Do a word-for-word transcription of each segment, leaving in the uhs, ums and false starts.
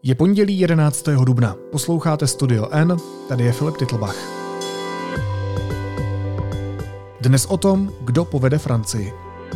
Je pondělí jedenáctého dubna. Posloucháte Studio N, tady je Filip Titlbach. Dnes o tom, kdo povede Francii.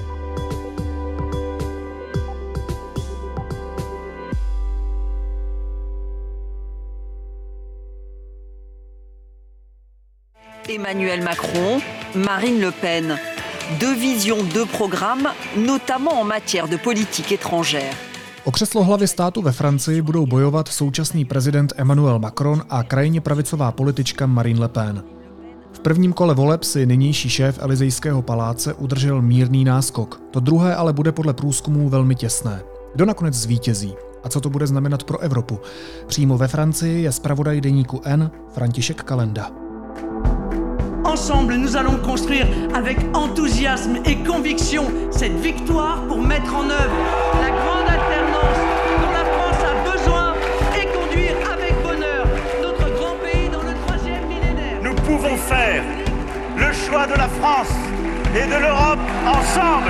Emmanuel Macron, Marine Le Pen. Deux visions, deux programmes, notamment en matière de politique étrangère. O křeslo hlavy státu ve Francii budou bojovat současný prezident Emmanuel Macron a krajně pravicová politička Marine Le Pen. V prvním kole voleb si nynější šéf Elysejského paláce udržel mírný náskok. To druhé ale bude podle průzkumů velmi těsné. Kdo nakonec zvítězí? A co to bude znamenat pro Evropu? Přímo ve Francii je zpravodaj deníku N František Kalenda. Ensemble, nous allons construire avec enthousiasme et conviction cette victoire pour mettre en œuvre la grande alternance dont la France a besoin et conduire avec bonheur notre grand pays dans le troisième millénaire. Nous pouvons faire le choix de la France et de l'Europe ensemble.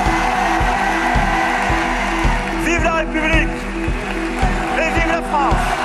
Vive la République et vive la France.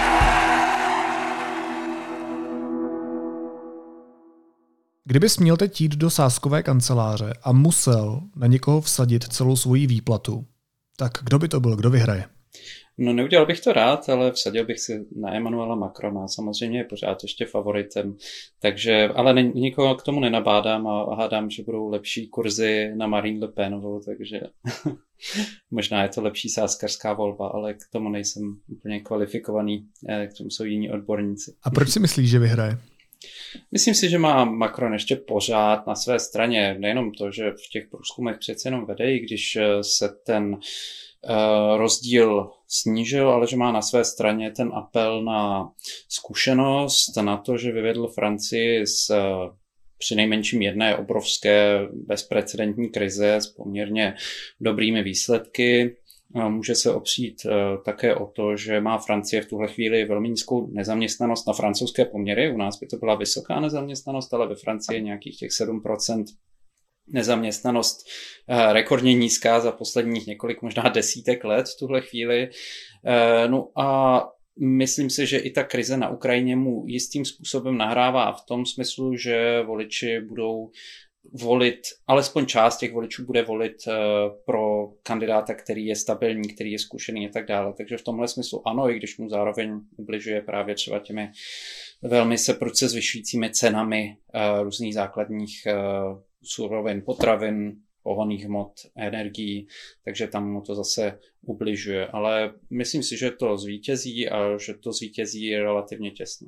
Kdybys měl teď jít do sázkové kanceláře a musel na někoho vsadit celou svoji výplatu, tak kdo by to byl, kdo vyhraje? No neudělal bych to rád, ale vsadil bych si na Emmanuela Macrona. Samozřejmě je pořád ještě favoritem, takže, ale ne, nikoho k tomu nenabádám a hádám, že budou lepší kurzy na Marine Le Penovou, takže možná je to lepší sázkařská volba, ale k tomu nejsem úplně kvalifikovaný, k tomu jsou jiní odborníci. A proč si myslíš, že vyhraje? Myslím si, že má Macron ještě pořád na své straně nejenom to, že v těch průzkumech přece jenom vede, i když se ten uh, rozdíl snížil, ale že má na své straně ten apel na zkušenost, na to, že vyvedl Francii z uh, přinejmenším jedné obrovské bezprecedentní krize s poměrně dobrými výsledky. Může se opřít uh, také o to, že má Francie v tuhle chvíli velmi nízkou nezaměstnanost na francouzské poměry. U nás by to byla vysoká nezaměstnanost, ale ve Francii nějakých těch sedm procent nezaměstnanost uh, rekordně nízká za posledních několik, možná desítek let v tuhle chvíli. Uh, no a myslím si, že i ta krize na Ukrajině mu jistým způsobem nahrává v tom smyslu, že voliči budou volit, alespoň část těch voličů bude volit uh, pro kandidáta, který je stabilní, který je zkušený a tak dále. Takže v tomhle smyslu ano, i když mu zároveň ubližuje právě třeba těmi velmi se prudce zvyšujícími cenami uh, různých základních uh, surovin, potravin, pohonných hmot, energií, takže tam mu to zase ubližuje. Ale myslím si, že to zvítězí a že to zvítězí relativně těsně.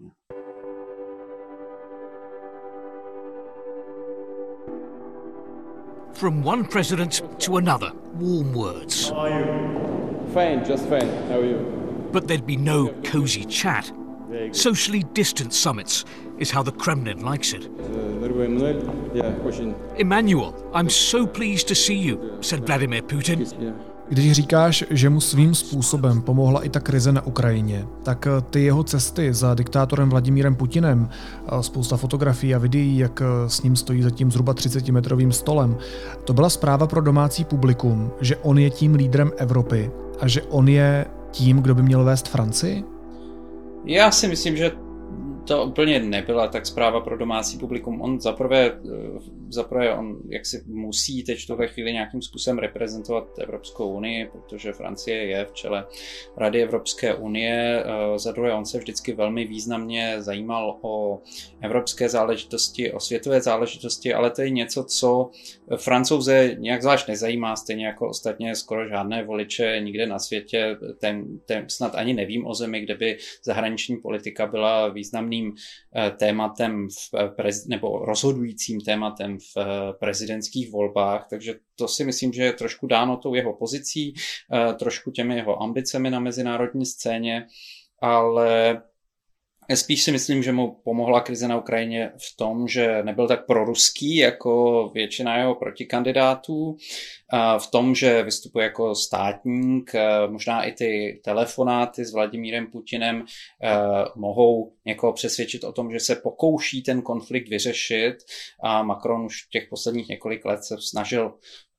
From one president to another, warm words. How are you? Fine, just fine. How are you? But there'd be no cozy chat. Socially distant summits is how the Kremlin likes it. Emmanuel, I'm so pleased to see you, said Vladimir Putin. Když říkáš, že mu svým způsobem pomohla i ta krize na Ukrajině, tak ty jeho cesty za diktátorem Vladimírem Putinem, spousta fotografií a videí, jak s ním stojí za tím zhruba třicetimetrovým stolem, to byla zpráva pro domácí publikum, že on je tím lídrem Evropy a že on je tím, kdo by měl vést Francii? Já si myslím, že to úplně nebyla tak zpráva pro domácí publikum. On zaprvé, zaprvé on jaksi musí teď v tuhle chvíli nějakým způsobem reprezentovat Evropskou unii, protože Francie je v čele Rady Evropské unie. Za druhé, on se vždycky velmi významně zajímal o evropské záležitosti, o světové záležitosti, ale to je něco, co Francouze nějak zvlášť nezajímá, stejně jako ostatně skoro žádné voliče nikde na světě. Ten, ten, snad ani nevím o zemi, kde by zahraniční politika byla významný tématem v prez, nebo rozhodujícím tématem v prezidentských volbách, takže to si myslím, že je trošku dáno tou jeho pozicí, trošku těmi jeho ambicemi na mezinárodní scéně, ale spíš si myslím, že mu pomohla krize na Ukrajině v tom, že nebyl tak proruský jako většina jeho protikandidátů, v tom, že vystupuje jako státník, možná i ty telefonáty s Vladimírem Putinem mohou někoho přesvědčit o tom, že se pokouší ten konflikt vyřešit a Macron už těch posledních několik let se snažil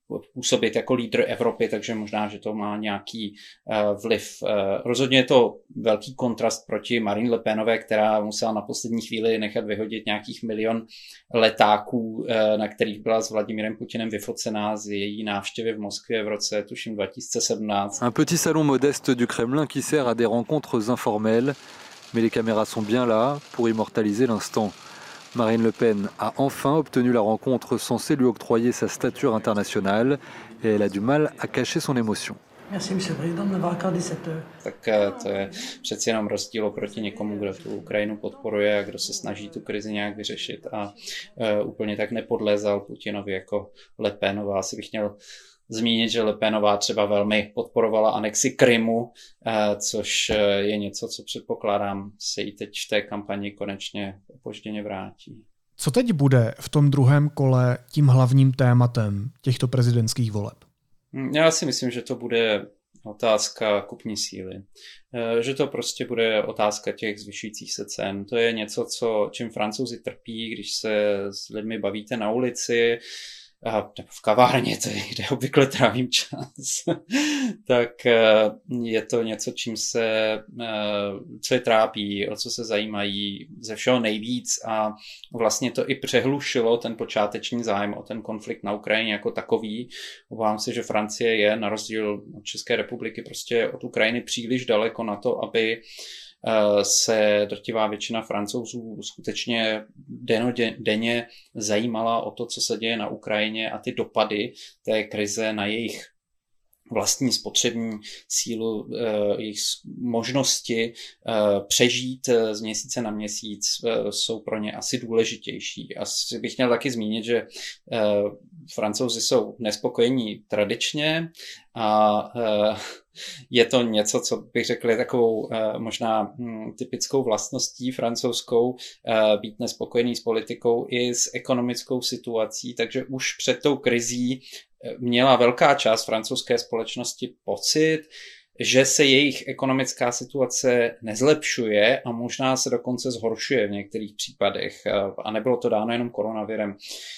působit jako lídr Evropy, takže možná, že to má nějaký vliv. Rozhodně je to velký kontrast proti Marine Le Penové, která musela na poslední chvíli nechat vyhodit nějakých milion letáků, na kterých byla s Vladimirem Putinem vyfocená z její návštěvy v Moskvě v roce, tuším, dva tisíce sedmnáct. Un petit salon modeste du Kremlin qui sert à des rencontres informelles, mais les caméras sont bien là pour immortaliser l'instant. Marine Le Pen a enfin obtenu la rencontre censée lui octroyer sa stature internationale et elle a du mal à cacher son émotion. Merci, monsieur le président, de m'avoir accordé cette... Tak to je přeci jenom rozdíl oproti někomu, kdo tu Ukrajinu podporuje a kdo se snaží tu krizi nějak vyřešit a uh, úplně tak nepodlézal Putinovi jako Le Penová. Asi bych měl zmínit, že Le Penová třeba velmi podporovala anexi Krymu, což je něco, co předpokládám se jí teď v té kampani konečně opožděně vrátí. Co teď bude v tom druhém kole tím hlavním tématem těchto prezidentských voleb? Já si myslím, že to bude otázka kupní síly. Že to prostě bude otázka těch zvyšujících se cen. To je něco, co, čím Francouzi trpí, když se s lidmi bavíte na ulici, a v kavárně, to je, kde obvykle trávím čas, tak je to něco, čím se, co je trápí, o co se zajímají ze všeho nejvíc a vlastně to i přehlušilo ten počáteční zájem o ten konflikt na Ukrajině jako takový. Obávám se, že Francie je na rozdíl od České republiky prostě od Ukrajiny příliš daleko na to, aby se drtivá většina Francouzů skutečně denně zajímala o to, co se děje na Ukrajině a ty dopady té krize na jejich vlastní spotřební sílu, jejich možnosti přežít z měsíce na měsíc jsou pro ně asi důležitější. Asi bych měl taky zmínit, že Francouzi jsou nespokojení tradičně a je to něco, co bych řekl je takovou možná typickou vlastností francouzskou, být nespokojený s politikou i s ekonomickou situací, takže už před tou krizí měla velká část francouzské společnosti pocit, že se jejich ekonomická situace nezlepšuje a možná se dokonce zhoršuje v některých případech. A nebylo to dáno jenom koronavirem.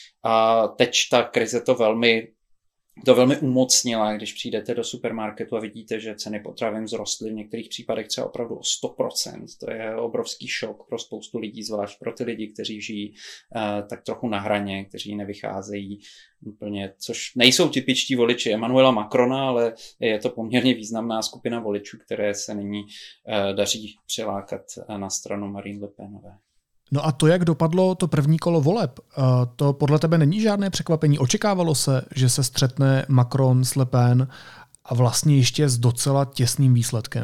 A teď ta krize to velmi, to velmi umocnila, když přijdete do supermarketu a vidíte, že ceny potravin vzrostly v některých případech třeba opravdu o sto procent. To je obrovský šok pro spoustu lidí, zvlášť pro ty lidi, kteří žijí uh, tak trochu na hraně, kteří nevycházejí úplně, což nejsou typičtí voliči Emmanuela Macrona, ale je to poměrně významná skupina voličů, které se nyní uh, daří přilákat na stranu Marine Le Penové. No a to, jak dopadlo to první kolo voleb, to podle tebe není žádné překvapení. Očekávalo se, že se střetne Macron s Le Pen a vlastně ještě s docela těsným výsledkem?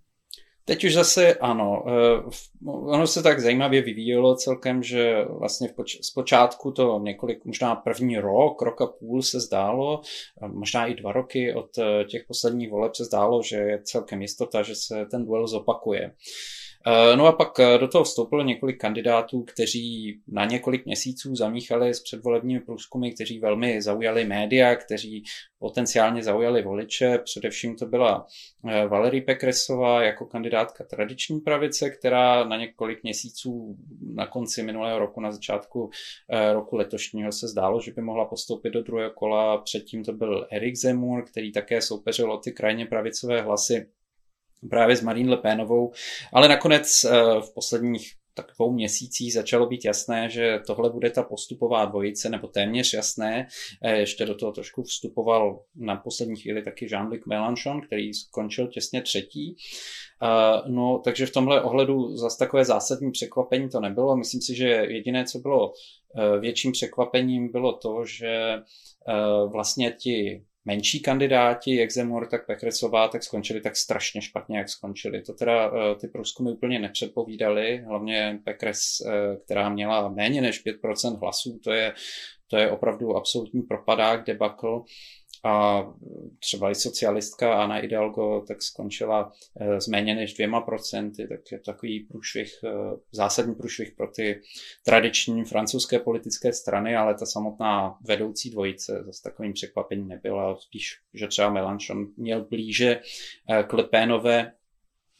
Teď už zase ano. Ono se tak zajímavě vyvíjelo celkem, že vlastně v poč- zpočátku to několik, možná první rok, rok a půl se zdálo, možná i dva roky od těch posledních voleb se zdálo, že je celkem jistota, že se ten duel zopakuje. No a pak do toho vstoupilo několik kandidátů, kteří na několik měsíců zamíchali s předvolebními průzkumy, kteří velmi zaujali média, kteří potenciálně zaujali voliče. Především to byla Valérie Pécressová jako kandidátka tradiční pravice, která na několik měsíců na konci minulého roku, na začátku roku letošního se zdálo, že by mohla postoupit do druhého kola. Předtím to byl Éric Zemmour, který také soupeřil o ty krajně pravicové hlasy právě s Marine Le Penovou, ale nakonec v posledních tak dvou měsících začalo být jasné, že tohle bude ta postupová dvojice, nebo téměř jasné. Ještě do toho trošku vstupoval na poslední chvíli taky Jean-Luc Mélenchon, který skončil těsně třetí. No, takže v tomhle ohledu zase takové zásadní překvapení to nebylo. Myslím si, že jediné, co bylo větším překvapením, bylo to, že vlastně ti menší kandidáti, jak Zemmour, tak Pécressová, tak skončili tak strašně špatně, jak skončili. To teda ty průzkumy úplně nepředpovídaly, hlavně Pécresse, která měla méně než pět procent hlasů, to je, to je opravdu absolutní propadák, debakl. A třeba i socialistka Anna Hidalgo tak skončila s méně než dvěma procenty, tak je to takový průšvih, zásadní průšvih pro ty tradiční francouzské politické strany, ale ta samotná vedoucí dvojice zase takovým překvapením nebyla, spíš, že třeba Mélenchon měl blíže k Le Penové,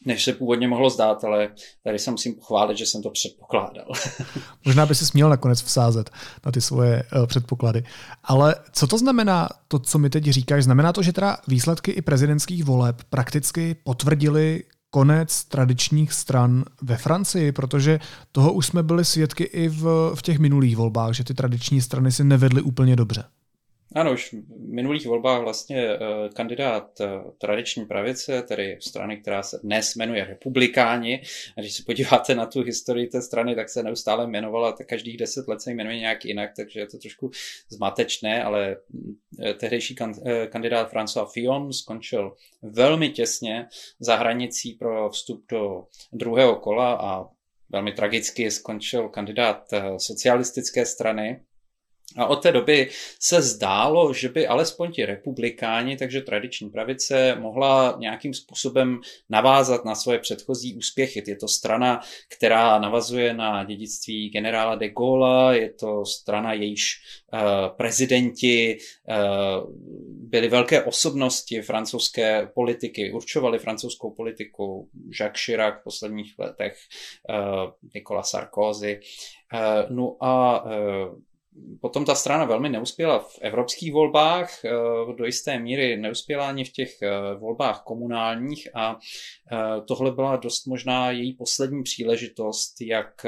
než se původně mohlo zdát, ale tady se musím pochválit, že jsem to předpokládal. Možná by si směl nakonec vsázet na ty svoje uh, předpoklady. Ale co to znamená, to, co mi teď říkáš? Znamená to, že teda výsledky i prezidentských voleb prakticky potvrdily konec tradičních stran ve Francii, protože toho už jsme byli svědky i v, v těch minulých volbách, že ty tradiční strany si nevedly úplně dobře. Ano, už v minulých volbách vlastně kandidát tradiční pravice, tedy strany, která se dnes jmenuje Republikáni, a když se podíváte na tu historii té strany, tak se neustále jmenovala, tak každých deset let se jmenuje nějak jinak, takže je to trošku zmatečné, ale tehdejší kandidát François Fillon skončil velmi těsně za hranicí pro vstup do druhého kola a velmi tragicky skončil kandidát socialistické strany. A od té doby se zdálo, že by alespoň ti republikáni, takže tradiční pravice, mohla nějakým způsobem navázat na svoje předchozí úspěchy. Je to strana, která navazuje na dědictví generála de Gaulle, je to strana, jejíž uh, prezidenti uh, byly velké osobnosti francouzské politiky, určovali francouzskou politiku, Jacques Chirac v posledních letech, uh, Nicolas Sarkozy. Uh, no a uh, Potom ta strana velmi neuspěla v evropských volbách, do jisté míry neuspěla ani v těch volbách komunálních a tohle byla dost možná její poslední příležitost, jak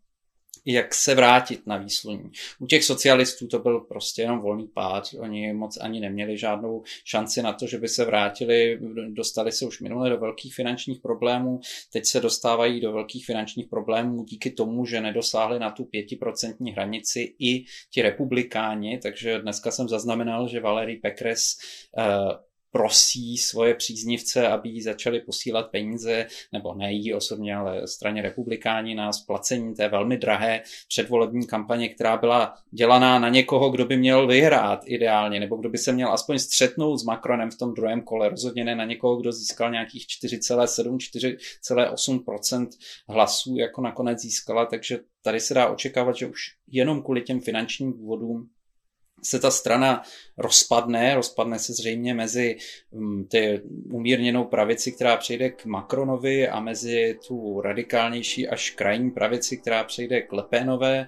jak se vrátit na výsluní. U těch socialistů to byl prostě jenom volný pád, oni moc ani neměli žádnou šanci na to, že by se vrátili, dostali se už minule do velkých finančních problémů, teď se dostávají do velkých finančních problémů díky tomu, že nedosáhli na tu pětiprocentní hranici i ti republikáni, takže dneska jsem zaznamenal, že Valérie Pécresse uh, prosí svoje příznivce, aby jí začali posílat peníze, nebo ne jí osobně, ale straně republikáni na splacení té velmi drahé předvolební kampaně, která byla dělaná na někoho, kdo by měl vyhrát ideálně, nebo kdo by se měl aspoň střetnout s Macronem v tom druhém kole. Rozhodně ne na někoho, kdo získal nějakých čtyři celé sedm, čtyři celé osm procent hlasů, jako nakonec získala, takže tady se dá očekávat, že už jenom kvůli těm finančním důvodům se ta strana rozpadne, rozpadne se zřejmě mezi ty umírněnou pravici, která přejde k Macronovi a mezi tu radikálnější až krajní pravici, která přejde k Le Penové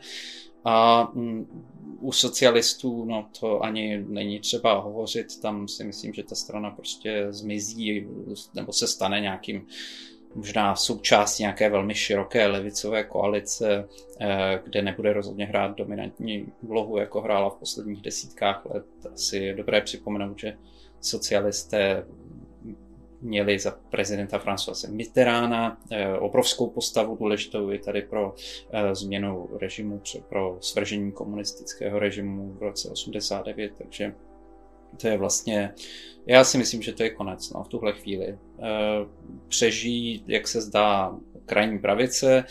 a u socialistů, no to ani není třeba hovořit, tam si myslím, že ta strana prostě zmizí nebo se stane nějakým možná součástí nějaké velmi široké levicové koalice, kde nebude rozhodně hrát dominantní úlohu, jako hrála v posledních desítkách let. Asi je dobré připomenout, že socialisté měli za prezidenta Françoise Mitterranda obrovskou postavu, důležitou i tady pro změnu režimu, pro svržení komunistického režimu v roce osmdesát devět, takže to je vlastně, já si myslím, že to je konec, no, v tuhle chvíli. Přežijí, jak se zdá, krajní pravice,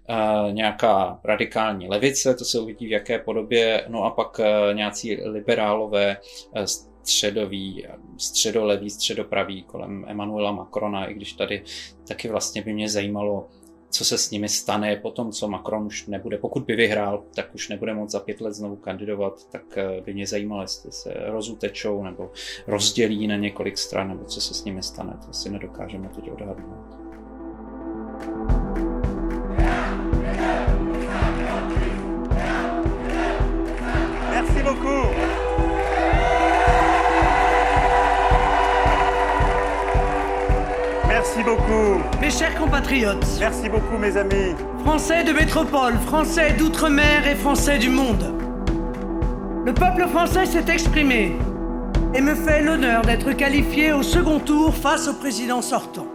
nějaká radikální levice, to se uvidí v jaké podobě, no a pak nějací liberálové, středoví, středoleví, středopraví kolem Emmanuela Macrona, i když tady taky vlastně by mě zajímalo, co se s nimi stane po tom, co Macron už nebude. Pokud by vyhrál, tak už nebude moct za pět let znovu kandidovat, tak by mě zajímalo, jestli se rozutečou nebo rozdělí na několik stran, nebo co se s nimi stane. To si nedokážeme teď odhadnout. Merci beaucoup. Merci beaucoup. Mes chers compatriotes. Merci beaucoup, mes amis. Français de métropole, Français d'outre-mer et Français du monde. Le peuple français s'est exprimé et me fait l'honneur d'être qualifié au second tour face au président sortant.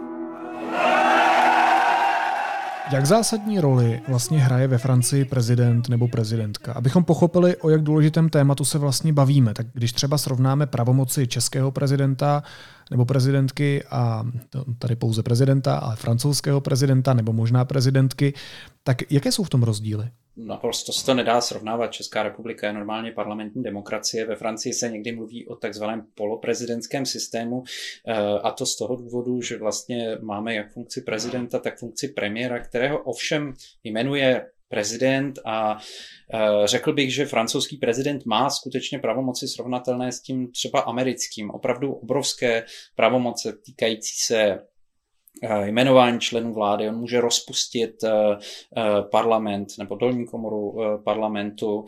Jak zásadní roli vlastně hraje ve Francii prezident nebo prezidentka? Abychom pochopili, o jak důležitém tématu se vlastně bavíme, tak když třeba srovnáme pravomoci českého prezidenta nebo prezidentky a tady pouze prezidenta, ale francouzského prezidenta nebo možná prezidentky, tak jaké jsou v tom rozdíly? Naprosto se to nedá srovnávat. Česká republika je normálně parlamentní demokracie. Ve Francii se někdy mluví o takzvaném poloprezidentském systému a to z toho důvodu, že vlastně máme jak funkci prezidenta, tak funkci premiéra, kterého ovšem jmenuje prezident a řekl bych, že francouzský prezident má skutečně pravomoci srovnatelné s tím třeba americkým. Opravdu obrovské pravomoce týkající se jmenování členů vlády, on může rozpustit parlament nebo dolní komoru parlamentu,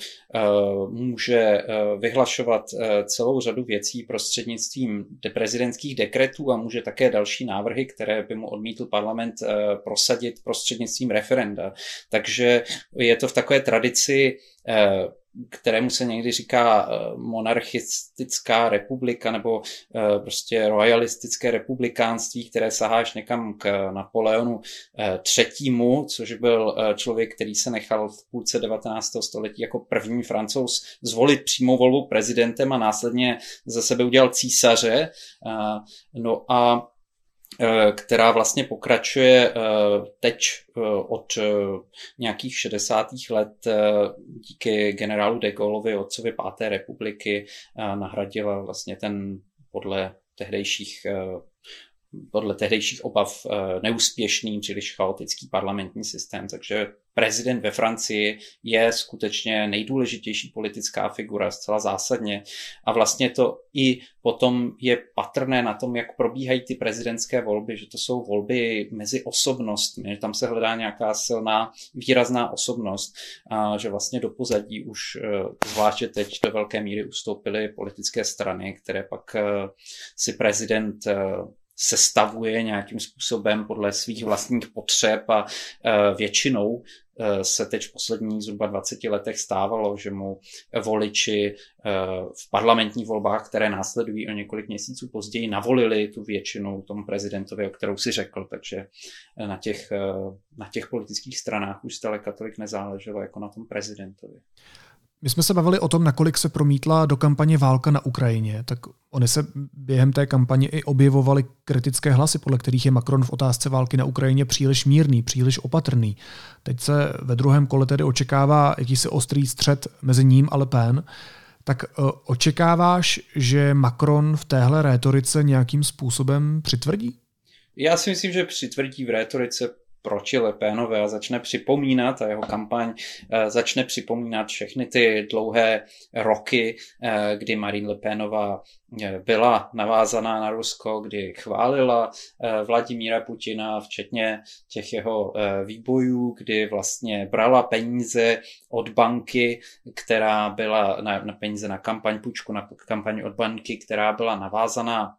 může vyhlašovat celou řadu věcí prostřednictvím prezidentských dekretů a může také další návrhy, které by mu odmítl parlament, prosadit prostřednictvím referenda. Takže je to v takové tradici, kterému se někdy říká monarchistická republika nebo prostě royalistické republikánství, které sahá až někam k Napoleonu třetímu, což byl člověk, který se nechal v půlce devatenáctého století jako první Francouz zvolit přímou volbu prezidentem a následně za sebe udělal císaře. No a která vlastně pokračuje teď od nějakých šedesátých let díky generálu de Gaulleovi, otcovi páté republiky, nahradila vlastně ten podle tehdejších podle tehdejších obav neúspěšný, příliš chaotický parlamentní systém. Takže prezident ve Francii je skutečně nejdůležitější politická figura, zcela zásadně. A vlastně to i potom je patrné na tom, jak probíhají ty prezidentské volby, že to jsou volby mezi osobnostmi, že tam se hledá nějaká silná, výrazná osobnost, a že vlastně do pozadí už zvláště teď do velké míry ustoupily politické strany, které pak si prezident sestavuje nějakým způsobem podle svých vlastních potřeb a většinou se teď v posledních zhruba dvaceti letech stávalo, že mu voliči v parlamentních volbách, které následují o několik měsíců později, navolili tu většinu tomu prezidentovi, o kterou si řekl, takže na těch, na těch politických stranách už zdaleka tolik nezáleželo jako na tom prezidentovi. My jsme se bavili o tom, nakolik se promítla do kampaně válka na Ukrajině, tak oni se během té kampaně i objevovaly kritické hlasy, podle kterých je Macron v otázce války na Ukrajině příliš mírný, příliš opatrný. Teď se ve druhém kole tedy očekává jakýsi ostrý střet mezi ním a Le Pen. Tak očekáváš, že Macron v téhle rétorice nějakým způsobem přitvrdí? Já si myslím, že přitvrdí v rétorice proti Le Penové a začne připomínat, a jeho kampaň začne připomínat všechny ty dlouhé roky, kdy Marine Le Penová byla navázaná na Rusko, kdy chválila Vladimíra Putina, včetně těch jeho výbojů, kdy vlastně brala peníze od banky, která byla na, na peníze na kampaň, půjčku na kampaň od banky, která byla navázaná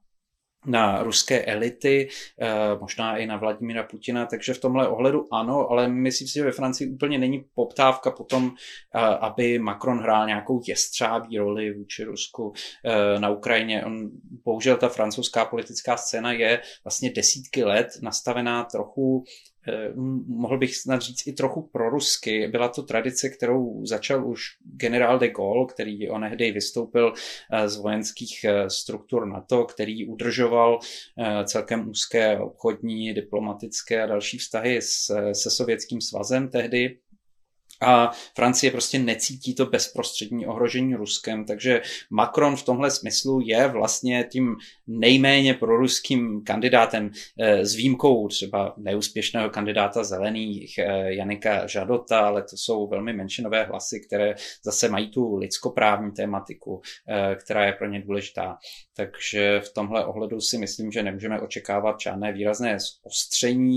na ruské elity, možná i na Vladimíra Putina, takže v tomhle ohledu ano, ale myslím si, že ve Francii úplně není poptávka potom, aby Macron hrál nějakou jestřábí roli vůči Rusku na Ukrajině. On, bohužel ta francouzská politická scéna je vlastně desítky let nastavená trochu, mohl bych snad říct i trochu prorusky. Byla to tradice, kterou začal už generál de Gaulle, který onehdy vystoupil z vojenských struktur NATO, který udržoval celkem úzké obchodní, diplomatické a další vztahy se Sovětským svazem tehdy. A Francie prostě necítí to bezprostřední ohrožení Ruskem, takže Macron v tomhle smyslu je vlastně tím nejméně proruským kandidátem, s výjimkou třeba neúspěšného kandidáta zelených Janika Žadota, ale to jsou velmi menšinové hlasy, které zase mají tu lidskoprávní tématiku, která je pro ně důležitá. Takže v tomhle ohledu si myslím, že nemůžeme očekávat žádné výrazné ostření.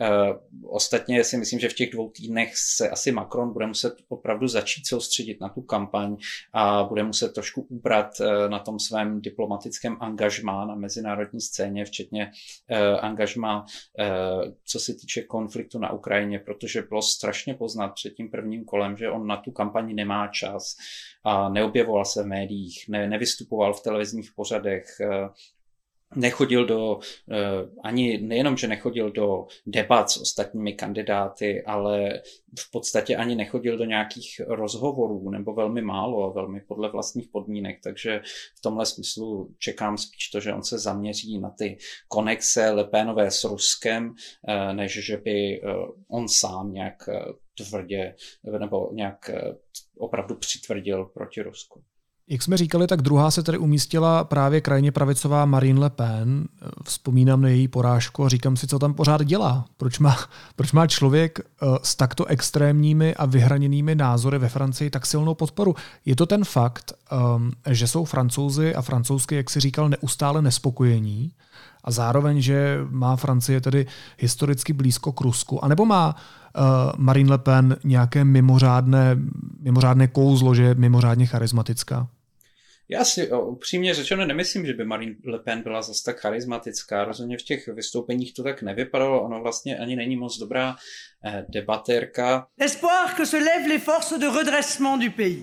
Ostatně si myslím, že v těch dvou týdnech se asi Macron bude muset opravdu začít soustředit na tu kampaň a bude muset trošku ubrat na tom svém diplomatickém angažmá na mezinárodní scéně, včetně angažmá, co se týče konfliktu na Ukrajině, protože bylo strašně poznat před tím prvním kolem, že on na tu kampani nemá čas a neobjevoval se v médiích, ne, nevystupoval v televizních pořadech, nechodil do, ani nejenom, že nechodil do debat s ostatními kandidáty, ale v podstatě ani nechodil do nějakých rozhovorů, nebo velmi málo, velmi podle vlastních podmínek, takže v tomhle smyslu čekám spíš to, že on se zaměří na ty konexe Le Penové s Ruskem, než že by on sám nějak tvrdě, nebo nějak opravdu přitvrdil proti Rusku. Jak jsme říkali, tak druhá se tedy umístila právě krajně pravicová Marine Le Pen. Vzpomínám na její porážku a říkám si, co tam pořád dělá. Proč má, proč má člověk s takto extrémními a vyhraněnými názory ve Francii tak silnou podporu? Je to ten fakt, že jsou Francouzi a francouzsky, jak si říkal, neustále nespokojení a zároveň, že má Francie tedy historicky blízko k Rusku, anebo má uh, Marine Le Pen nějaké mimořádné, mimořádné kouzlo, že je mimořádně charismatická? Já si upřímně řečeno nemyslím, že by Marine Le Pen byla zase tak charismatická. Rozhodně v těch vystoupeních to tak nevypadalo. Ono vlastně ani není moc dobrá eh, debatérka. L'espoir que se lèvent les forces de redressement du pays.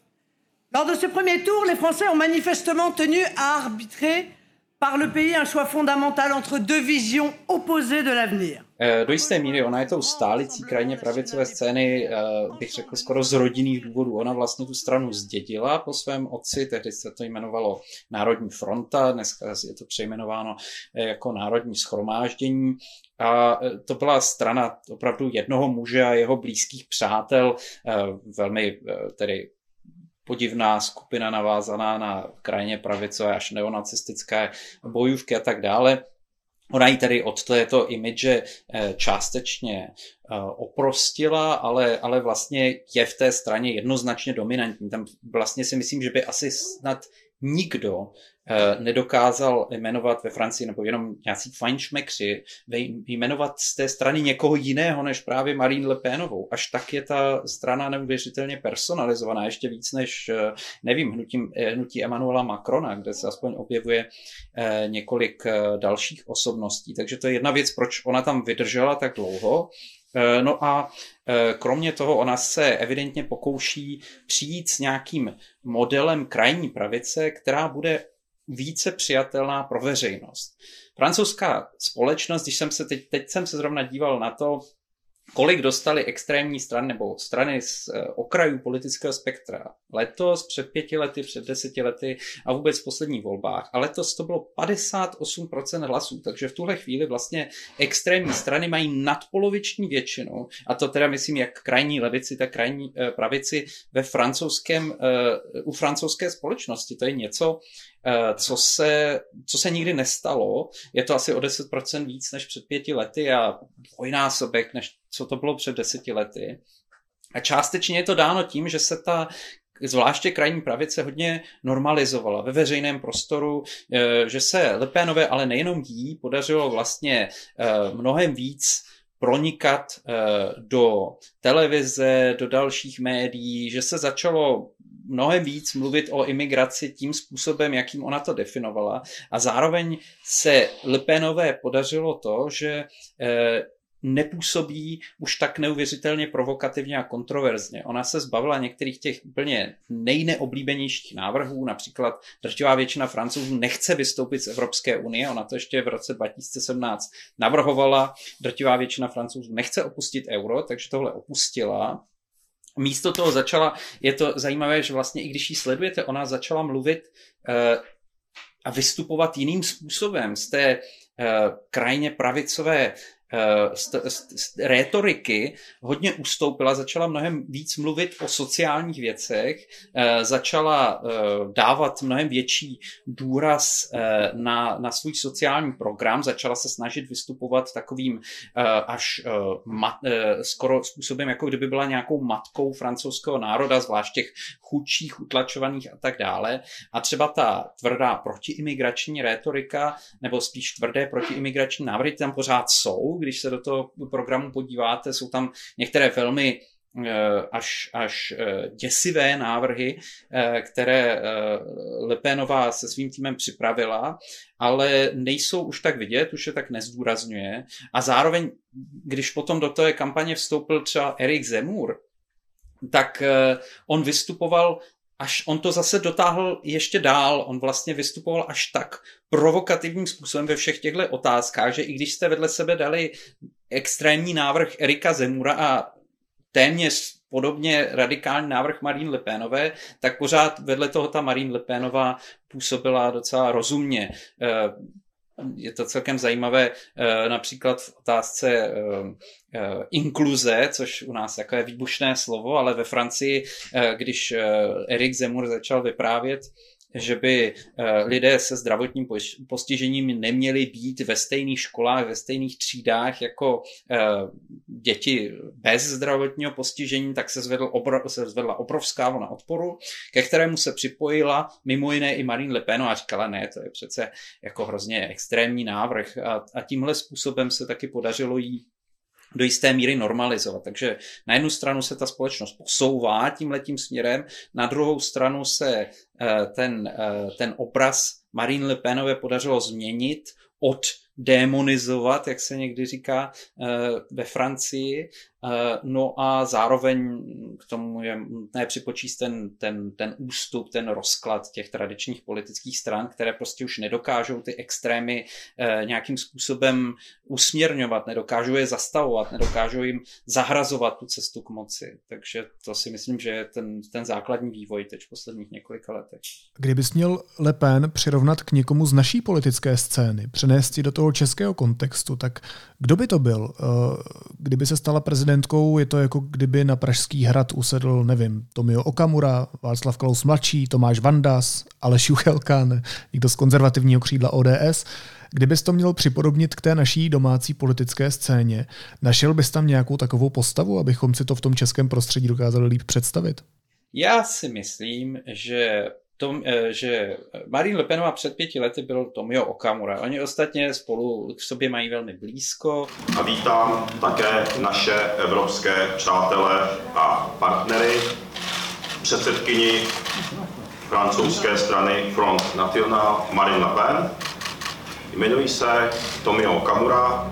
Lors de ce premier tour, les Français ont manifestement tenu à arbitrer par le pays un choix fondamental entre deux visions opposées de l'avenir. Do jisté míry ona je tou stálicí krajně pravicové scény, bych řekl skoro z rodinných důvodů. Ona vlastně tu stranu zdědila po svém otci, tehdy se to jmenovalo Národní fronta, dneska je to přejmenováno jako Národní shromáždění. A to byla strana opravdu jednoho muže a jeho blízkých přátel, velmi tedy podivná skupina navázaná na krajně pravicové až neonacistické bojůvky a tak dále. Ona ji tedy od této imidže částečně oprostila, ale, ale vlastně je v té straně jednoznačně dominantní. Tam vlastně si myslím, že by asi snad nikdo nedokázal jmenovat ve Francii, nebo jenom nějací fajnšmekři, jmenovat z té strany někoho jiného, než právě Marine Le Penovou. Až tak je ta strana neuvěřitelně personalizovaná, ještě víc než, nevím, hnutím, hnutí Emmanuela Macrona, kde se aspoň objevuje několik dalších osobností. Takže to je jedna věc, proč ona tam vydržela tak dlouho. No a kromě toho ona se evidentně pokouší přijít s nějakým modelem krajní pravice, která bude více přijatelná pro veřejnost. Francouzská společnost, když jsem se teď, teď jsem se zrovna díval na to, kolik dostali extrémní strany nebo strany z okrajů politického spektra letos, před pěti lety, před deseti lety a vůbec v posledních volbách. A letos to bylo padesát osm procent hlasů, takže v tuhle chvíli vlastně extrémní strany mají nadpoloviční většinu, a to teda myslím jak krajní levici, tak krajní eh, pravici ve francouzském, eh, u francouzské společnosti. To je něco, eh, co se, co se nikdy nestalo. Je to asi o deset procent víc než před pěti lety a dvojnásobek než co to bylo před deseti lety. A částečně je to dáno tím, že se ta zvláště krajní pravice hodně normalizovala ve veřejném prostoru, že se Le Penové, ale nejenom jí, podařilo vlastně mnohem víc pronikat do televize, do dalších médií, že se začalo mnohem víc mluvit o imigraci tím způsobem, jakým ona to definovala. A zároveň se Le Penové podařilo to, že nepůsobí už tak neuvěřitelně provokativně a kontroverzně. Ona se zbavila některých těch úplně nejneoblíbenějších návrhů, například drtivá většina Francouzů nechce vystoupit z Evropské unie, ona to ještě v roce dva tisíce sedmnáct navrhovala, drtivá většina Francouzů nechce opustit euro, takže tohle opustila. Místo toho začala, je to zajímavé, že vlastně i když ji sledujete, ona začala mluvit uh, a vystupovat jiným způsobem z té uh, krajně pravicové Z, z, z rétoriky hodně ustoupila, začala mnohem víc mluvit o sociálních věcech, e, začala e, dávat mnohem větší důraz e, na, na svůj sociální program, začala se snažit vystupovat takovým e, až e, mat, e, skoro způsobem, jako kdyby byla nějakou matkou francouzského národa, zvlášť těch chudších, utlačovaných a tak dále. A třeba ta tvrdá protiimigrační rétorika, nebo spíš tvrdé protiimigrační návrhy tam pořád jsou. Když se do toho programu podíváte, jsou tam některé velmi až, až děsivé návrhy, které Le Penová se svým týmem připravila, ale nejsou už tak vidět, už je tak nezdůrazňuje. A zároveň, když potom do té kampaně vstoupil třeba Éric Zemmour, tak on vystupoval až on to zase dotáhl ještě dál, on vlastně vystupoval až tak provokativním způsobem ve všech těchto otázkách, že i když jste vedle sebe dali extrémní návrh Erika Zemmoura a téměř podobně radikální návrh Marine Le Penové, tak pořád vedle toho ta Marine Le Penová působila docela rozumně. Je to celkem zajímavé například v otázce inkluze, což u nás jako je výbušné slovo, ale ve Francii, když Éric Zemmour začal vyprávět, že by lidé se zdravotním postižením neměli být ve stejných školách, ve stejných třídách jako děti bez zdravotního postižení, tak se, zvedl obro, se zvedla obrovská vlna odporu, ke kterému se připojila mimo jiné i Marine Le Pen a říkala, ne, to je přece jako hrozně extrémní návrh a, a tímhle způsobem se taky podařilo jí do jisté míry normalizovat. Takže na jednu stranu se ta společnost posouvá tímhletím směrem, na druhou stranu se ten, ten obraz Marine Le Penové podařilo změnit, oddemonizovat, jak se někdy říká ve Francii, no a zároveň k tomu je nutné připočíst ten, ten, ten ústup, ten rozklad těch tradičních politických stran, které prostě už nedokážou ty extrémy nějakým způsobem usměrňovat, nedokážou je zastavovat, nedokážou jim zahrazovat tu cestu k moci. Takže to si myslím, že je ten, ten základní vývoj teď v posledních několika letech. Kdybys měl Le Pen přirovnat k někomu z naší politické scény, přenést ji do toho českého kontextu, tak kdo by to byl? Kdyby se stala prezidentkou, je to jako kdyby na Pražský hrad usedl, nevím, Tomio Okamura, Václav Klaus mladší, Tomáš Vandas, Aleš Juchelka, někdo z konzervativního křídla O D S. Kdybys to měl připodobnit k té naší domácí politické scéně, našel bys tam nějakou takovou postavu, abychom si to v tom českém prostředí dokázali líp představit? Já si myslím, že Tom, že Marine Le Penová před pěti lety byl Tomio Okamura. Oni ostatně spolu k sobě mají velmi blízko. A vítám také naše evropské přátele a partnery, předsedkyni francouzské strany Front National Marine Le Pen. Jmenuji se Tomio Okamura.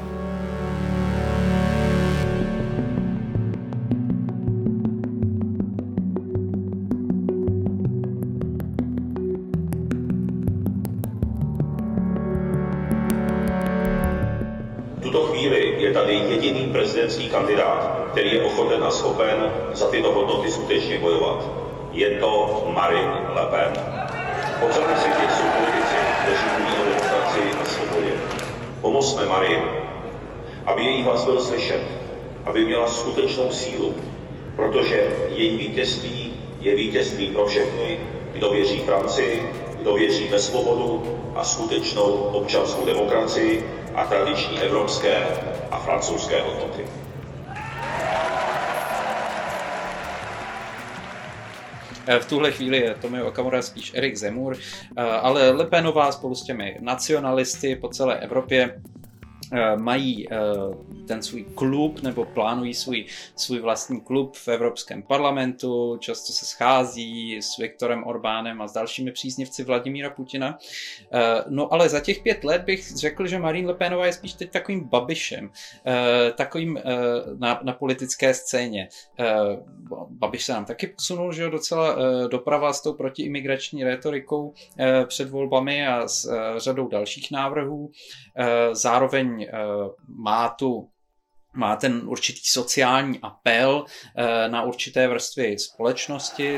V tuto chvíli je tady jediný prezidentský kandidát, který je ochoten a schopen za tyto hodnoty skutečně bojovat. Je to Marine Le Pen. Po celém světě jsou politici, kteří mluví o demokracii a svobodě. Pomozme Marine, aby její hlas byl slyšet, aby měla skutečnou sílu, protože její vítězství je vítězství pro všechny, kdo věří Francii, kdo věří ve svobodu a skutečnou občanskou demokracii a tradiční evropské a francouzské hodnoty. V tuhle chvíli je Tomio Okamura spíš Erik Zemmour, ale Le Penová spolu s těmi nacionalisty po celé Evropě mají ten svůj klub nebo plánují svůj, svůj vlastní klub v Evropském parlamentu, často se schází s Viktorem Orbánem a s dalšími příznivci Vladimíra Putina. No ale za těch pět let bych řekl, že Marine Le Penová je spíš teď takovým Babišem, takovým na, na politické scéně. Babiš se nám taky posunul, že jo, docela doprava s tou protiimigrační rétorikou před volbami a s řadou dalších návrhů. Zároveň má tu má ten určitý sociální apel na určité vrstvy společnosti.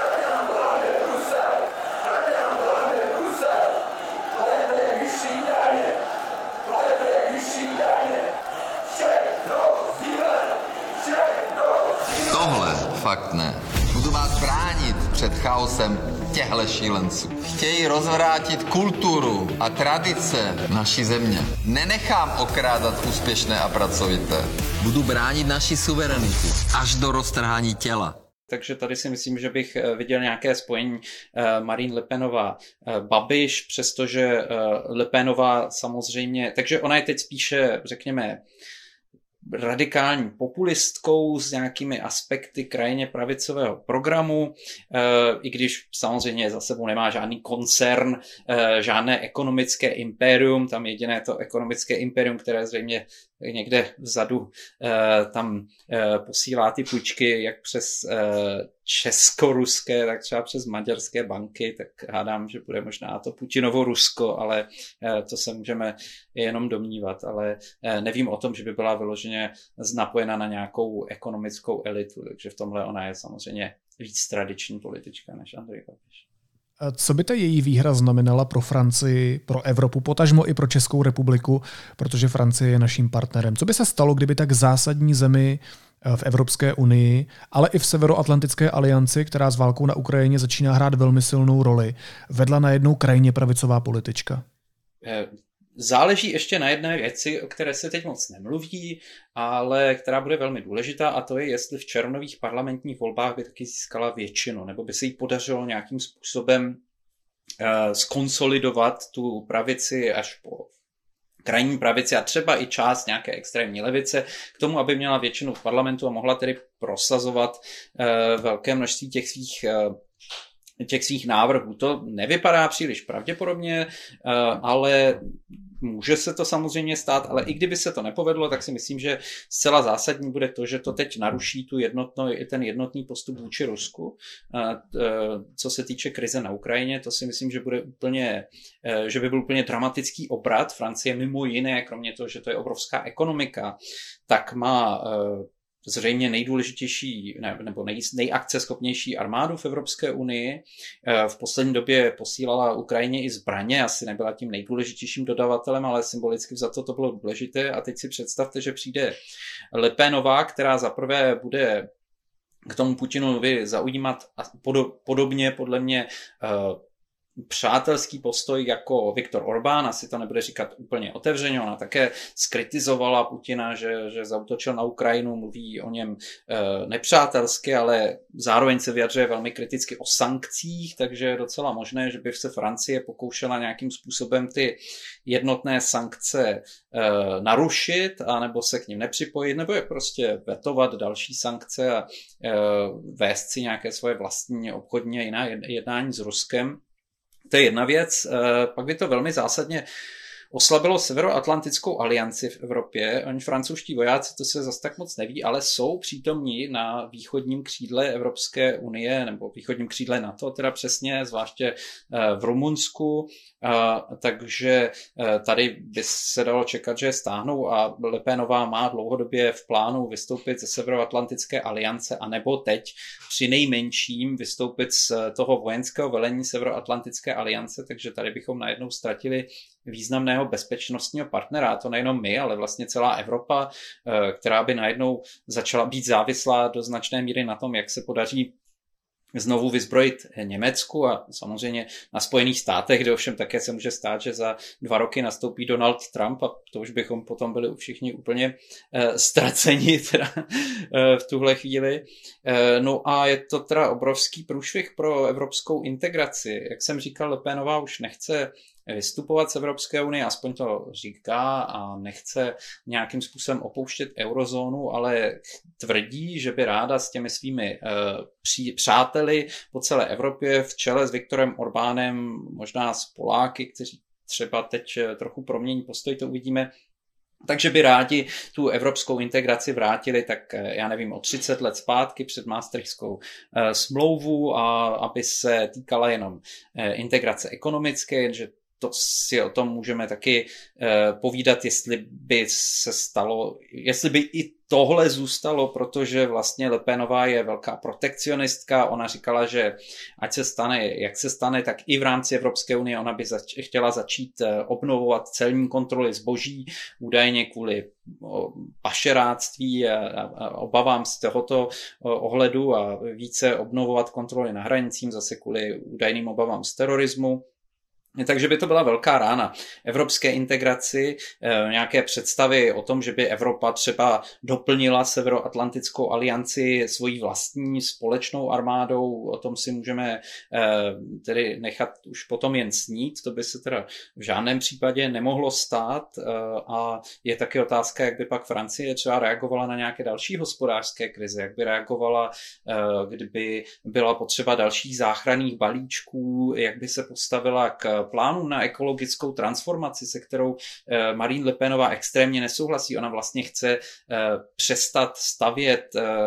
Tohle fakt ne. Budu vás bránit před chaosem těchto šílenců. Chtějí rozvrátit kulturu a tradice naší země. Nenechám okrádat úspěšné a pracovité. Budu bránit naši suverenitu až do roztrhání těla. Takže tady si myslím, že bych viděl nějaké spojení Marine Le Penová Babiš, přestože Le Penová samozřejmě, takže ona je teď spíše, řekněme, radikální populistkou s nějakými aspekty krajně pravicového programu, i když samozřejmě za sebou nemá žádný koncern, žádné ekonomické impérium, tam jediné to ekonomické impérium, které zřejmě někde vzadu tam posílá ty půjčky jak přes česko-ruské, tak třeba přes maďarské banky, tak hádám, že bude možná to Putinovo Rusko, ale to se můžeme jenom domnívat, ale nevím o tom, že by byla vyloženě napojena na nějakou ekonomickou elitu, takže v tomhle ona je samozřejmě víc tradiční politička než Andrej Babiš. Co by ta její výhra znamenala pro Francii, pro Evropu, potažmo i pro Českou republiku, protože Francie je naším partnerem? Co by se stalo, kdyby tak zásadní zemi v Evropské unii, ale i v Severoatlantické alianci, která s válkou na Ukrajině začíná hrát velmi silnou roli, vedla najednou krajně pravicová politička? Záleží ještě na jedné věci, o které se teď moc nemluví, ale která bude velmi důležitá, a to je, jestli v červnových parlamentních volbách by taky získala většinu, nebo by se jí podařilo nějakým způsobem uh, skonsolidovat tu pravici až po krajní pravici a třeba i část nějaké extrémní levice k tomu, aby měla většinu v parlamentu a mohla tedy prosazovat uh, velké množství těch svých uh, těch svých návrhů. To nevypadá příliš pravděpodobně, ale může se to samozřejmě stát, ale i kdyby se to nepovedlo, tak si myslím, že zcela zásadní bude to, že to teď naruší tu jednotno, ten jednotný postup vůči Rusku. Co se týče krize na Ukrajině, to si myslím, že bude úplně, že by byl úplně dramatický obrat. Francie mimo jiné, kromě toho, že to je obrovská ekonomika, tak má zřejmě nejdůležitější nebo nej, nejakceschopnější armádu v Evropské unii. V poslední době posílala Ukrajině i zbraně, asi nebyla tím nejdůležitějším dodavatelem, ale symbolicky vzato to bylo důležité. A teď si představte, že přijde Le Penová, která zaprvé bude k tomu Putinovi zaujímat podobně podle mě přátelský postoj jako Viktor Orbán, asi to nebude říkat úplně otevřeně, ona také skritizovala Putina, že, že zaútočil na Ukrajinu, mluví o něm e, nepřátelsky, ale zároveň se vyjadřuje velmi kriticky o sankcích, takže je docela možné, že by se Francie pokoušela nějakým způsobem ty jednotné sankce e, narušit, anebo se k ním nepřipojit, nebo je prostě vetovat další sankce a e, vést si nějaké svoje vlastní obchodní a jiná jednání s Ruskem. To je jedna věc, pak by to velmi zásadně oslabilo Severoatlantickou alianci v Evropě. Oni francouzští vojáci, to se zase tak moc neví, ale jsou přítomní na východním křídle Evropské unie, nebo východním křídle NATO, teda přesně, zvláště v Rumunsku. Takže tady by se dalo čekat, že je stáhnou a Le Penová má dlouhodobě v plánu vystoupit ze Severoatlantické aliance, anebo teď při nejmenším vystoupit z toho vojenského velení Severoatlantické aliance, takže tady bychom najednou ztratili významného bezpečnostního partnera, a to nejenom my, ale vlastně celá Evropa, která by najednou začala být závislá do značné míry na tom, jak se podaří znovu vyzbrojit Německu a samozřejmě na Spojených státech, kde ovšem také se může stát, že za dva roky nastoupí Donald Trump a to už bychom potom byli všichni úplně uh, ztraceni teda, uh, v tuhle chvíli. Uh, no a je to teda obrovský průšvih pro evropskou integraci. Jak jsem říkal, Le Penová už nechce vystupovat z Evropské unie, aspoň to říká, a nechce nějakým způsobem opouštět eurozónu, ale tvrdí, že by ráda s těmi svými uh, pří, přáteli po celé Evropě v čele s Viktorem Orbánem, možná s Poláky, kteří třeba teď trochu promění postoj, to uvidíme, takže by rádi tu evropskou integraci vrátili, tak já nevím, o třicet let zpátky před Maastrichtskou smlouvu, a aby se týkala jenom integrace ekonomické, že to si o tom můžeme taky uh, povídat, jestli by se stalo, jestli by i tohle zůstalo, protože vlastně Le Penová je velká protekcionistka. Ona říkala, že ať se stane, jak se stane, tak i v rámci Evropské unie ona by zač- chtěla začít obnovovat celní kontroly zboží, údajně kvůli pašeráctví a, a obavám z tohoto ohledu, a více obnovovat kontroly na hranicích, zase kvůli údajným obavám z terorismu. Takže by to byla velká rána evropské integraci, nějaké představy o tom, že by Evropa třeba doplnila Severoatlantickou alianci svojí vlastní společnou armádou, o tom si můžeme tedy nechat už potom jen snít, to by se teda v žádném případě nemohlo stát, a je taky otázka, jak by pak Francie třeba reagovala na nějaké další hospodářské krize, jak by reagovala, kdyby byla potřeba dalších záchranných balíčků, jak by se postavila k plánu na ekologickou transformaci, se kterou Marine Le Penová extrémně nesouhlasí. Ona vlastně chce přestat stavět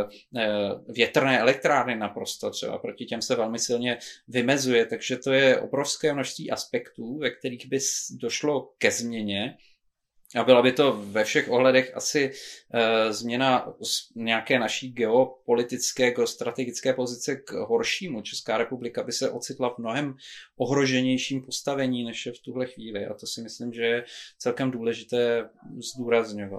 větrné elektrárny naprosto, třeba proti těm se velmi silně vymezuje, takže to je obrovské množství aspektů, ve kterých by došlo ke změně. A byla by to ve všech ohledech asi e, změna nějaké naší geopolitické, geostrategické pozice k horšímu. Česká republika by se ocitla v mnohem ohroženějším postavení, než je v tuhle chvíli. A to si myslím, že je celkem důležité zdůrazňovat.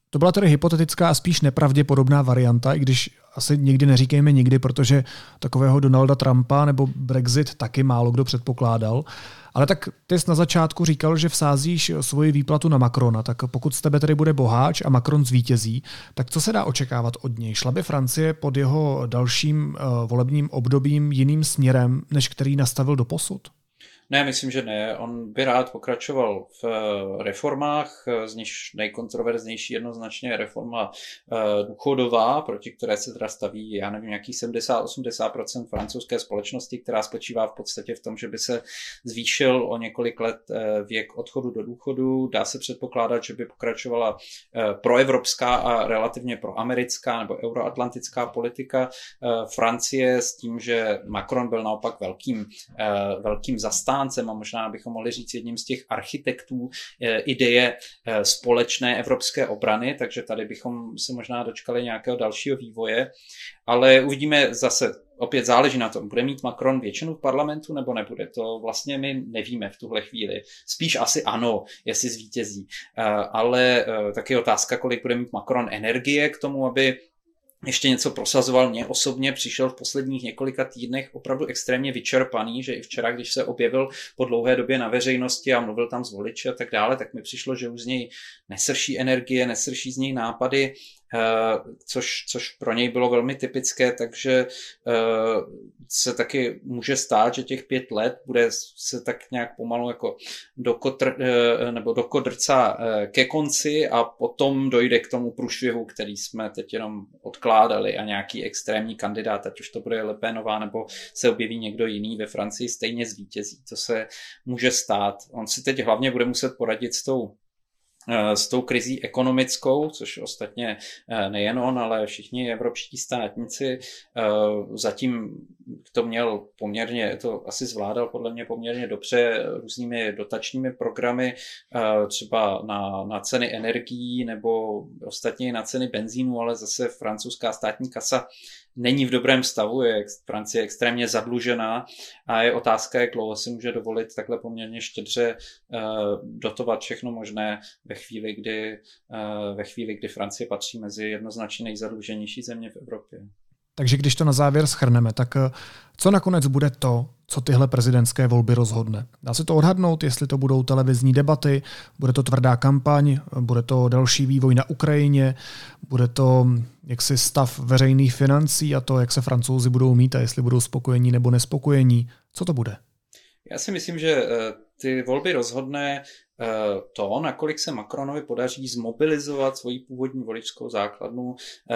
To byla tedy hypotetická a spíš nepravděpodobná varianta, i když asi nikdy neříkejme nikdy, protože takového Donalda Trumpa nebo Brexit taky málo kdo předpokládal. Ale tak ty jsi na začátku říkal, že vsázíš svoji výplatu na Macrona, tak pokud z tebe tedy bude boháč a Macron zvítězí, tak co se dá očekávat od něj? Šla by Francie pod jeho dalším uh, volebním obdobím jiným směrem, než který nastavil doposud? Ne, myslím, že ne. On by rád pokračoval v reformách, z nichž nejkontroverznější jednoznačně je reforma důchodová, proti které se teda staví, já nevím, nějakých sedmdesát až osmdesát procent francouzské společnosti, která spočívá v podstatě v tom, že by se zvýšil o několik let věk odchodu do důchodu. Dá se předpokládat, že by pokračovala proevropská a relativně proamerická nebo euroatlantická politika Francie s tím, že Macron byl naopak velkým, velkým zastáncem a možná bychom mohli říct jedním z těch architektů ideje společné evropské obrany, takže tady bychom se možná dočkali nějakého dalšího vývoje, ale uvidíme zase, opět záleží na tom, bude mít Macron většinu v parlamentu nebo nebude, to vlastně my nevíme v tuhle chvíli, spíš asi ano, jestli zvítězí, ale taky otázka, kolik bude mít Macron energie k tomu, aby ještě něco prosazoval. Mně osobně přišel v posledních několika týdnech opravdu extrémně vyčerpaný, že i včera, když se objevil po dlouhé době na veřejnosti a mluvil tam s voliči a tak dále, tak mi přišlo, že už z něj nesrší energie, nesrší z něj nápady, což, což pro něj bylo velmi typické, takže se taky může stát, že těch pět let bude se tak nějak pomalu jako dokotr, nebo dokodrcá ke konci a potom dojde k tomu průšvihu, který jsme teď jenom odkládali a nějaký extrémní kandidát, ať už to bude Le Penová nebo se objeví někdo jiný ve Francii, stejně zvítězí. To se může stát. On si teď hlavně bude muset poradit s tou s tou krizí ekonomickou, což ostatně nejen on, ale všichni evropští státníci. Zatím to měl poměrně, to asi zvládal podle mě poměrně dobře různými dotačními programy, třeba na, na ceny energií nebo ostatně na ceny benzínu, ale zase francouzská státní kasa není v dobrém stavu, je Francie extrémně zadlužená a je otázka, jak dlouho si může dovolit takhle poměrně štědře uh, dotovat všechno možné ve chvíli, kdy, uh, ve chvíli, kdy Francie patří mezi jednoznačně nejzadluženější země v Evropě. Takže když to na závěr shrneme, tak co nakonec bude to, co tyhle prezidentské volby rozhodne? Dá se to odhadnout, jestli to budou televizní debaty, bude to tvrdá kampaň, bude to další vývoj na Ukrajině, bude to jaksi stav veřejných financí a to, jak se Francouzi budou mít a jestli budou spokojení nebo nespokojení. Co to bude? Já si myslím, že ty volby rozhodne to, nakolik se Macronovi podaří zmobilizovat svoji původní voličskou základnu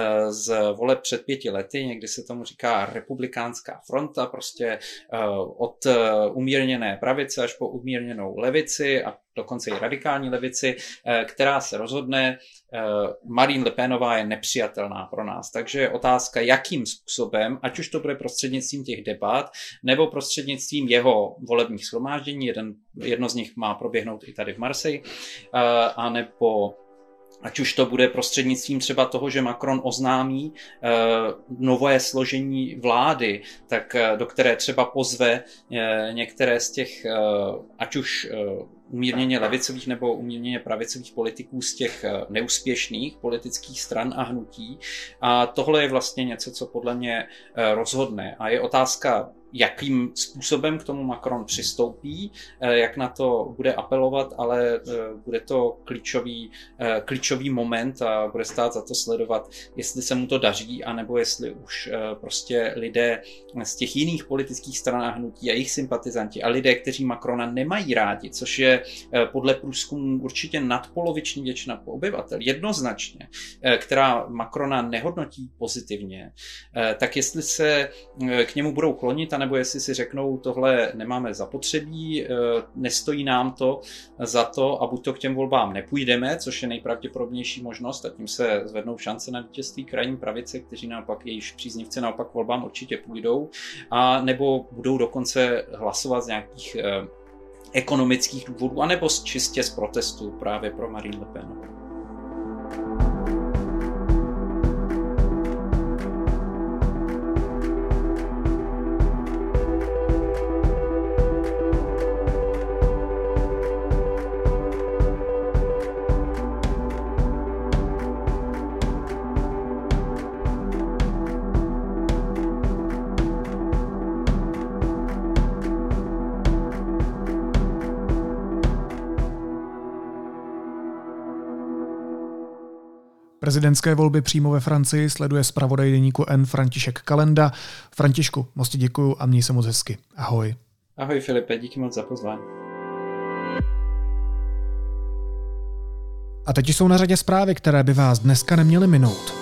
z voleb před pěti lety, někdy se tomu říká republikánská fronta, prostě od umírněné pravice až po umírněnou levici a dokonce i radikální levici, která se rozhodne, Marine Le Penová je nepřijatelná pro nás. Takže je otázka, jakým způsobem, ať už to bude prostřednictvím těch debat, nebo prostřednictvím jeho volebních shromáždění, jeden, jedno z nich má proběhnout i tady v Marseille, a nebo ať už to bude prostřednictvím třeba toho, že Macron oznámí uh, nové složení vlády, tak uh, do které třeba pozve uh, některé z těch, uh, ať už uh, umírněně levicových nebo umírněně pravicových politiků z těch uh, neúspěšných politických stran a hnutí. A tohle je vlastně něco, co podle mě uh, rozhodne. A je otázka, jakým způsobem k tomu Macron přistoupí, jak na to bude apelovat, ale bude to klíčový, klíčový moment a bude stát za to sledovat, jestli se mu to daří, anebo jestli už prostě lidé z těch jiných politických stran a hnutí a jejich sympatizanti a lidé, kteří Macrona nemají rádi, což je podle průzkumů určitě nadpoloviční většina obyvatel, jednoznačně, která Macrona nehodnotí pozitivně, tak jestli se k němu budou klonit, nebo jestli si řeknou, tohle nemáme zapotřebí, nestojí nám to za to a buď to k těm volbám nepůjdeme, což je nejpravděpodobnější možnost, a tím se zvednou šance na vítězství krajní pravice, kteří naopak, jejíž příznivci naopak volbám určitě půjdou, a nebo budou dokonce hlasovat z nějakých ekonomických důvodů, anebo čistě z protestu právě pro Marine Le Pen. Prezidentské volby přímo ve Francii sleduje zpravodaj deníku N František Kalenda. Františku, moc ti děkuju a měj se moc hezky. Ahoj. Ahoj Filipe, díky moc za pozvání. A teď jsou na řadě zprávy, které by vás dneska neměly minout.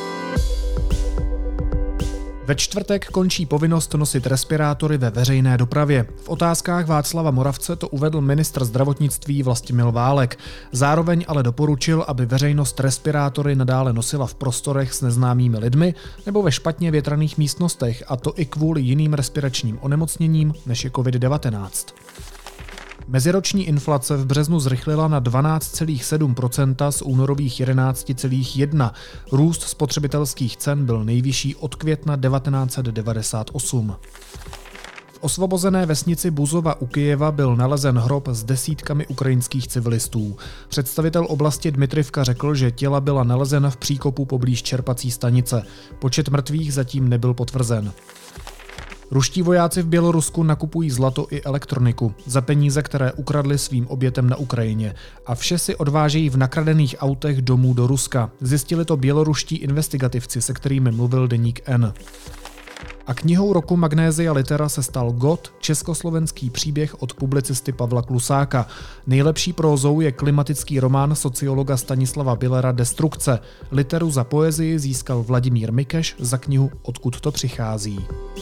Ve čtvrtek končí povinnost nosit respirátory ve veřejné dopravě. V Otázkách Václava Moravce to uvedl ministr zdravotnictví Vlastimil Válek. Zároveň ale doporučil, aby veřejnost respirátory nadále nosila v prostorech s neznámými lidmi nebo ve špatně větraných místnostech, a to i kvůli jiným respiračním onemocněním, než je covid devatenáct. Meziroční inflace v březnu zrychlila na dvanáct celá sedm procenta z únorových jedenáct celá jedna. Růst spotřebitelských cen byl nejvyšší od května devatenáct set devadesát osm. V osvobozené vesnici Buzova u Kyjeva byl nalezen hrob s desítkami ukrajinských civilistů. Představitel oblasti Dmitrivka řekl, že těla byla nalezena v příkopu poblíž čerpací stanice. Počet mrtvých zatím nebyl potvrzen. Ruští vojáci v Bělorusku nakupují zlato i elektroniku za peníze, které ukradli svým obětem na Ukrajině. A vše si odvážejí v nakradených autech domů do Ruska. Zjistili to běloruští investigativci, se kterými mluvil deník N. A knihou roku Magnézia Litera se stal God, československý příběh od publicisty Pavla Klusáka. Nejlepší prózou je klimatický román sociologa Stanislava Billera Destrukce. Literu za poezii získal Vladimír Mikeš za knihu Odkud to přichází.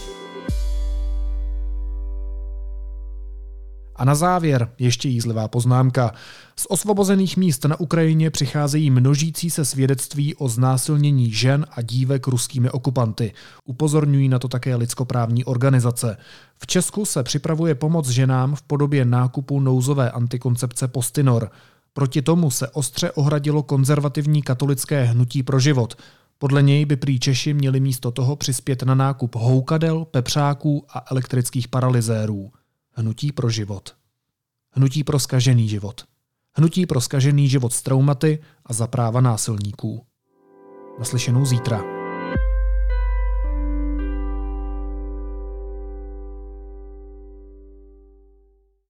A na závěr ještě jízlivá poznámka. Z osvobozených míst na Ukrajině přicházejí množící se svědectví o znásilnění žen a dívek ruskými okupanty. Upozorňují na to také lidskoprávní organizace. V Česku se připravuje pomoc ženám v podobě nákupu nouzové antikoncepce Postinor. Proti tomu se ostře ohradilo konzervativní katolické Hnutí pro život. Podle něj by prý Češi měli místo toho přispět na nákup houkadel, pepřáků a elektrických paralyzérů. Hnutí pro život. Hnutí pro zkažený život. Hnutí pro zkažený život s traumaty a za práva násilníků. Naslyšenou zítra.